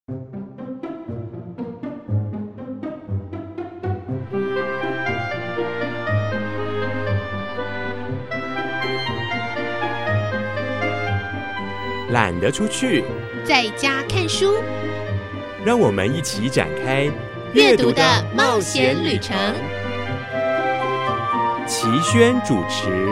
懒得出去， 在家看书， 让我们一起展开阅读的冒险旅程。 齐轩主持。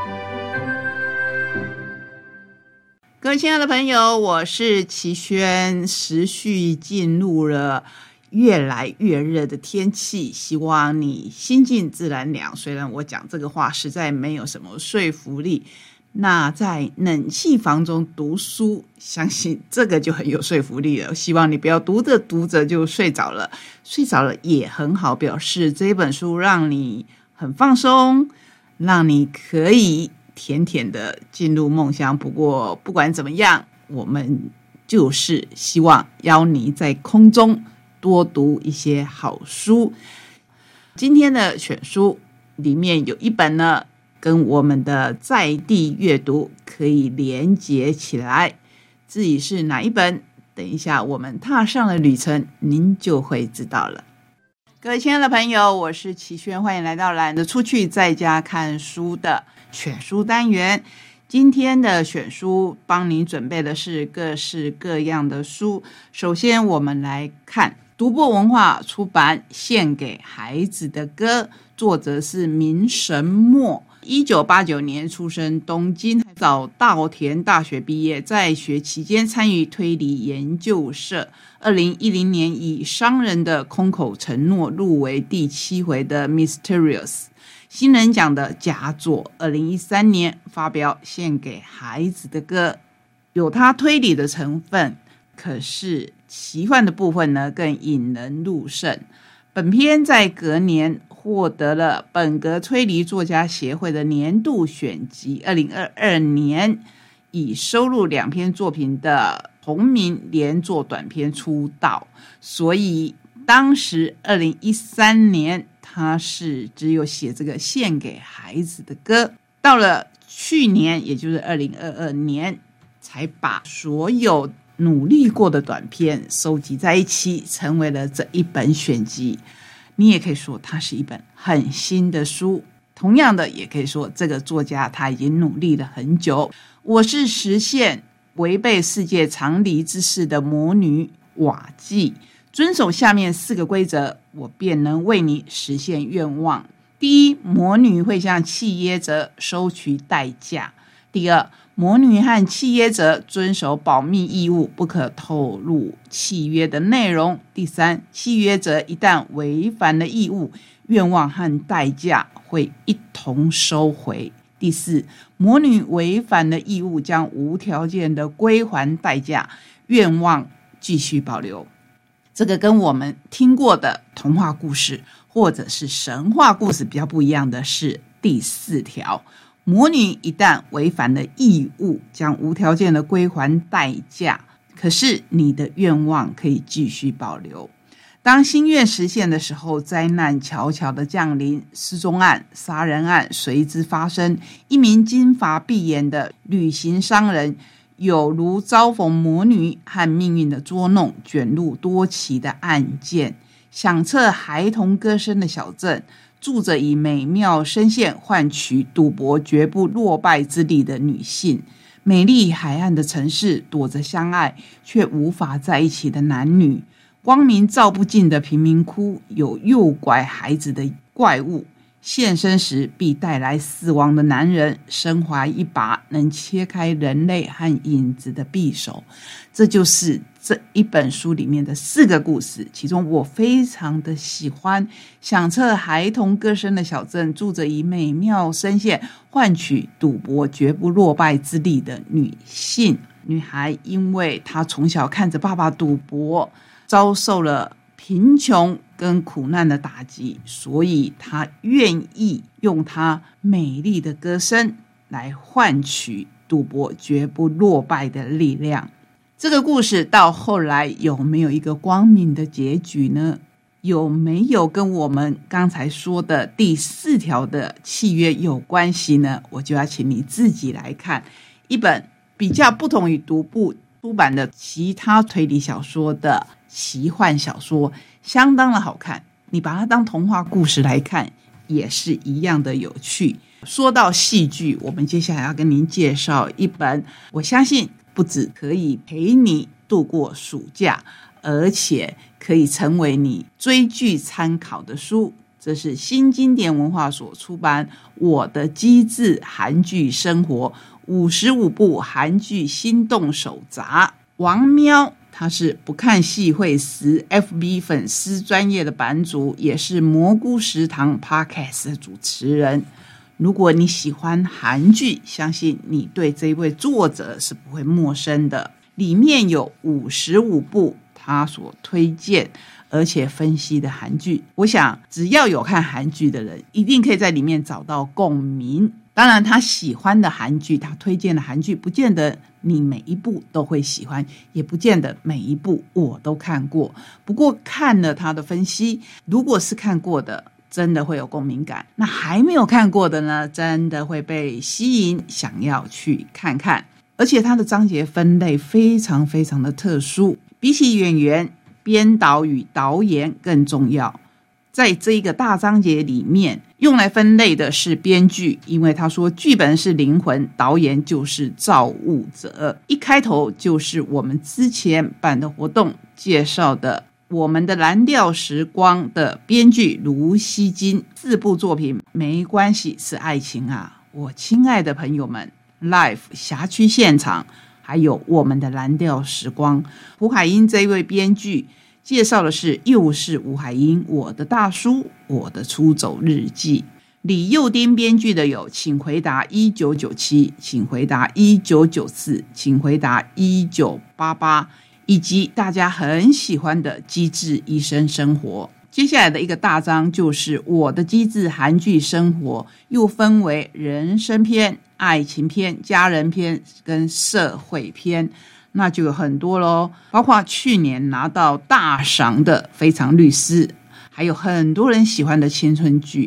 各位亲爱的朋友，我是齐轩。时序进入了越来越热的天气，希望你心静自然凉。虽然我讲这个话实在没有什么说服力，那在冷气房中读书，相信这个就很有说服力了。希望你不要读着读着就睡着了，睡着了也很好，表示这本书让你很放松，让你可以甜甜的进入梦乡。不过不管怎么样，我们就是希望邀你在空中多读一些好书。今天的选书里面有一本呢，跟我们的在地阅读可以连结起来。至于是哪一本，等一下我们踏上了旅程，您就会知道了。各位亲爱的朋友，我是齐轩，欢迎来到懒得出去在家看书的选书单元。今天的选书帮您准备的是各式各样的书。首先我们来看读播文化出版《献给孩子的歌》，作者是明神墨。1989年出生，东京早稻田大学毕业，在学期间参与推理研究社。2010年以商人的空口承诺入围第7回的 Mysterious 新人奖的佳作。2013年发表《献给孩子的歌》，有它推理的成分，可是奇幻的部分呢更引人入胜。本篇在隔年获得了本格推理作家协会的年度选集。2022年以收录2篇作品的同名连作短篇出道，所以当时2013年他是只有写这个献给孩子的歌。到了去年，也就是2022年，才把所有努力过的短篇收集在一起，成为了这一本选集。你也可以说它是一本很新的书，同样的也可以说这个作家他已经努力了很久。我是实现违背世界常理之事的魔女瓦季，遵守下面4个规则，我便能为你实现愿望。第一，魔女会向契约者收取代价。第二，魔女和契约者遵守保密义务，不可透露契约的内容。第三，契约者一旦违反了义务，愿望和代价会一同收回。第四，魔女违反了义务，将无条件的归还代价，愿望继续保留。这个跟我们听过的童话故事或者是神话故事比较不一样的是第4条，魔女一旦违反了义务，将无条件的归还代价，可是你的愿望可以继续保留。当心愿实现的时候，灾难悄悄的降临，失踪案、杀人案随之发生。一名金发碧眼的旅行商人，有如遭逢魔女和命运的捉弄，卷入多起的案件。响彻孩童歌声的小镇，住着以美妙声线换取赌博绝不落败之力的女性。美丽海岸的城市，躲着相爱却无法在一起的男女。光明照不尽的贫民窟，有诱拐孩子的怪物。现身时必带来死亡的男人，身怀一把能切开人类和影子的匕首。这就是这一本书里面的4个故事，其中我非常的喜欢响彻孩童歌声的小镇，住着以美妙声线换取赌博绝不落败之力的女性。女孩因为她从小看着爸爸赌博，遭受了贫穷跟苦难的打击，所以她愿意用她美丽的歌声来换取赌博绝不落败的力量。这个故事到后来有没有一个光明的结局呢？有没有跟我们刚才说的第4条的契约有关系呢？我就要请你自己来看一本比较不同于独步出版的其他推理小说的奇幻小说，相当的好看，你把它当童话故事来看也是一样的有趣。说到戏剧，我们接下来要跟您介绍一本我相信不只可以陪你度过暑假，而且可以成为你追剧参考的书。这是新经典文化所出版我的机智韩剧生活55部韩剧心动手札。王喵他是不看戏会死 FB 粉丝专业的版主，也是蘑菇食堂 Podcast 的主持人。如果你喜欢韩剧，相信你对这位作者是不会陌生的。里面有55部他所推荐而且分析的韩剧，我想只要有看韩剧的人一定可以在里面找到共鸣。当然他喜欢的韩剧，他推荐的韩剧不见得你每一部都会喜欢，也不见得每一部我都看过，不过看了他的分析，如果是看过的真的会有共鸣感，那还没有看过的呢，真的会被吸引想要去看看。而且他的章节分类非常非常的特殊，比起演员，编导与导演更重要。在这一个大章节里面用来分类的是编剧，因为他说剧本是灵魂，导演就是造物者。一开头就是我们之前办的活动介绍的我们的蓝调时光的编剧卢锡金，4部作品没关系是爱情啊，我亲爱的朋友们， Live 辖区现场，还有我们的蓝调时光。胡海英这位编剧介绍的是又是吴海英，我的大叔，我的出走日记。李幼丁编剧的有请回答1997，请回答1994，请回答1988，以及大家很喜欢的机智医生生活。接下来的一个大章就是我的机智韩剧生活，又分为人生篇、爱情篇、家人篇跟社会篇，那就有很多咯，包括去年拿到大赏的非常律师，还有很多人喜欢的青春剧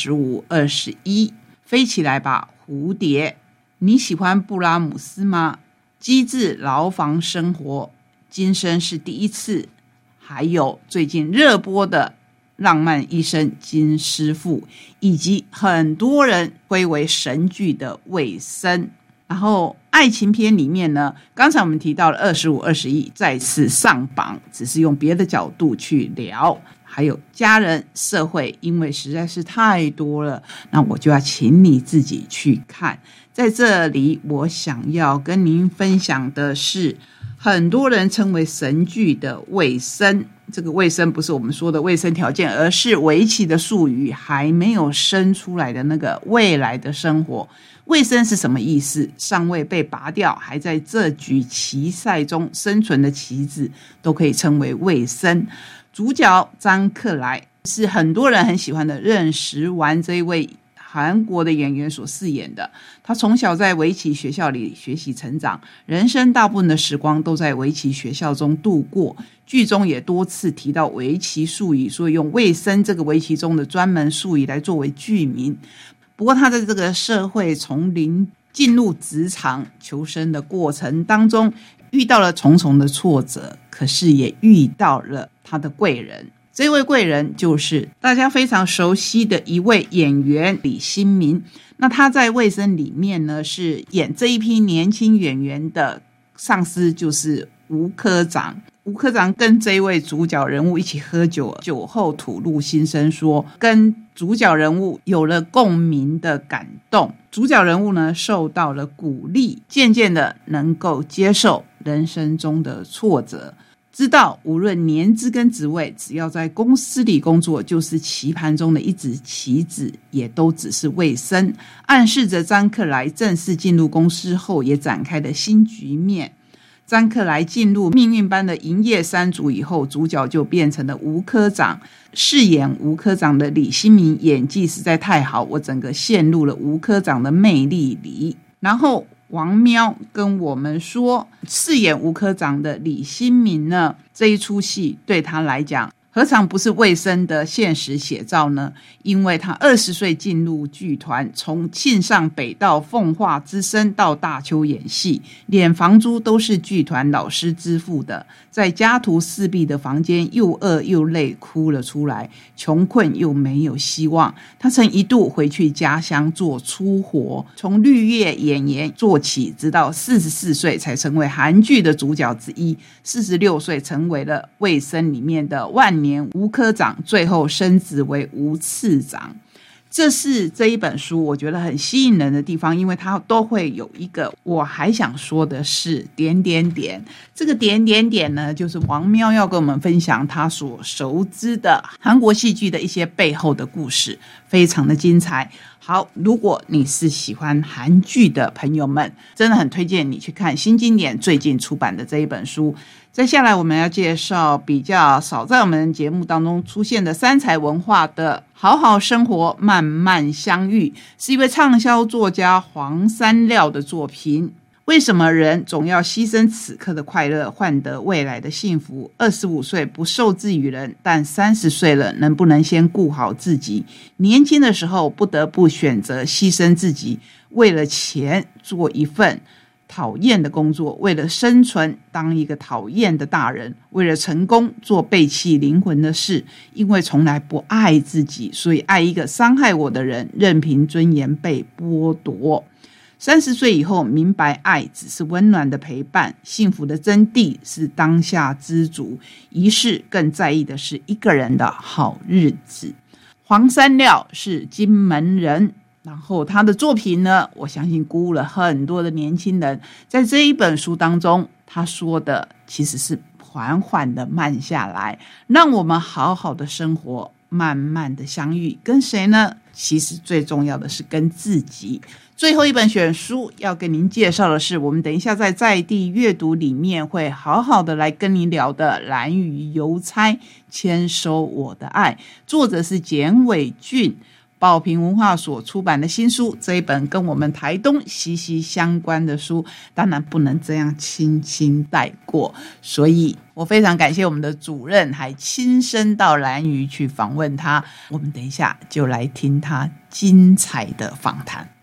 25、21，飞起来吧蝴蝶。你喜欢布拉姆斯吗？机智牢房生活，今生是第一次，还有最近热播的浪漫医生金师傅，以及很多人归为神剧的卫生。然后爱情片里面呢，刚才我们提到了25、21再次上榜，只是用别的角度去聊。还有家人、社会，因为实在是太多了，那我就要请你自己去看。在这里我想要跟您分享的是很多人称为神剧的卫生。这个卫生不是我们说的卫生条件，而是围棋的术语还没有生出来的那个未来的生活。卫生是什么意思？尚未被拔掉，还在这局棋赛中生存的棋子都可以称为卫生。主角张克莱是很多人很喜欢的任时完这一位韩国的演员所饰演的。他从小在围棋学校里学习成长，人生大部分的时光都在围棋学校中度过。剧中也多次提到围棋术语，所以用卫生这个围棋中的专门术语来作为剧名。不过他在这个社会从零进入职场求生的过程当中，遇到了重重的挫折，可是也遇到了他的贵人。这位贵人就是大家非常熟悉的一位演员李新民。那他在卫生里面呢，是演这一批年轻演员的上司，就是吴科长。吴科长跟这位主角人物一起喝酒，酒后吐露心声，说跟主角人物有了共鸣的感动。主角人物呢受到了鼓励，渐渐的能够接受人生中的挫折，知道无论年资跟职位，只要在公司里工作，就是棋盘中的一只棋子，也都只是卫生。暗示着张克莱正式进入公司后也展开了新局面。张克莱进入命运般的营业三组以后，主角就变成了吴科长。饰演吴科长的李新民演技实在太好，我整个陷入了吴科长的魅力里。然后王喵跟我们说，饰演吴科长的李新民呢，这一出戏对他来讲何尝不是魏生的现实写照呢？因为他20岁进入剧团，从庆尚北到奉化之声到大邱演戏，连房租都是剧团老师支付的，在家徒四壁的房间又饿又累，哭了出来，穷困又没有希望。他曾一度回去家乡做粗活，从绿叶演员做起，直到44岁才成为韩剧的主角之一，46岁成为了魏生里面的万年吴科长，最后升职为吴次长。这是这一本书我觉得很吸引人的地方，因为它都会有一个我还想说的是点点点。这个点点点呢，就是王喵要跟我们分享他所熟知的韩国戏剧的一些背后的故事，非常的精彩。好，如果你是喜欢韩剧的朋友们，真的很推荐你去看新经典最近出版的这一本书。接下来我们要介绍比较少在我们节目当中出现的三彩文化的好好生活慢慢相遇，是一位畅销作家黄山料的作品。为什么人总要牺牲此刻的快乐换得未来的幸福？25岁不受制于人，但30岁了能不能先顾好自己？年轻的时候不得不选择牺牲自己，为了钱做一份讨厌的工作，为了生存当一个讨厌的大人，为了成功做背弃灵魂的事。因为从来不爱自己，所以爱一个伤害我的人，任凭尊严被剥夺。30岁以后明白爱只是温暖的陪伴，幸福的真谛是当下知足，仪式更在意的是一个人的好日子。黄山料是金门人，然后他的作品呢，我相信鼓舞了很多的年轻人。在这一本书当中，他说的其实是缓缓的慢下来，让我们好好的生活，慢慢的相遇。跟谁呢？其实最重要的是跟自己。最后一本选书要跟您介绍的是，我们等一下在地阅读里面会好好的来跟您聊的兰屿邮差签收我的爱，作者是简伟俊，宝瓶文化所出版的新书。这一本跟我们台东息息相关的书，当然不能这样轻轻带过，所以我非常感谢我们的主任还亲身到兰屿去访问他。我们等一下就来听他精彩的访谈。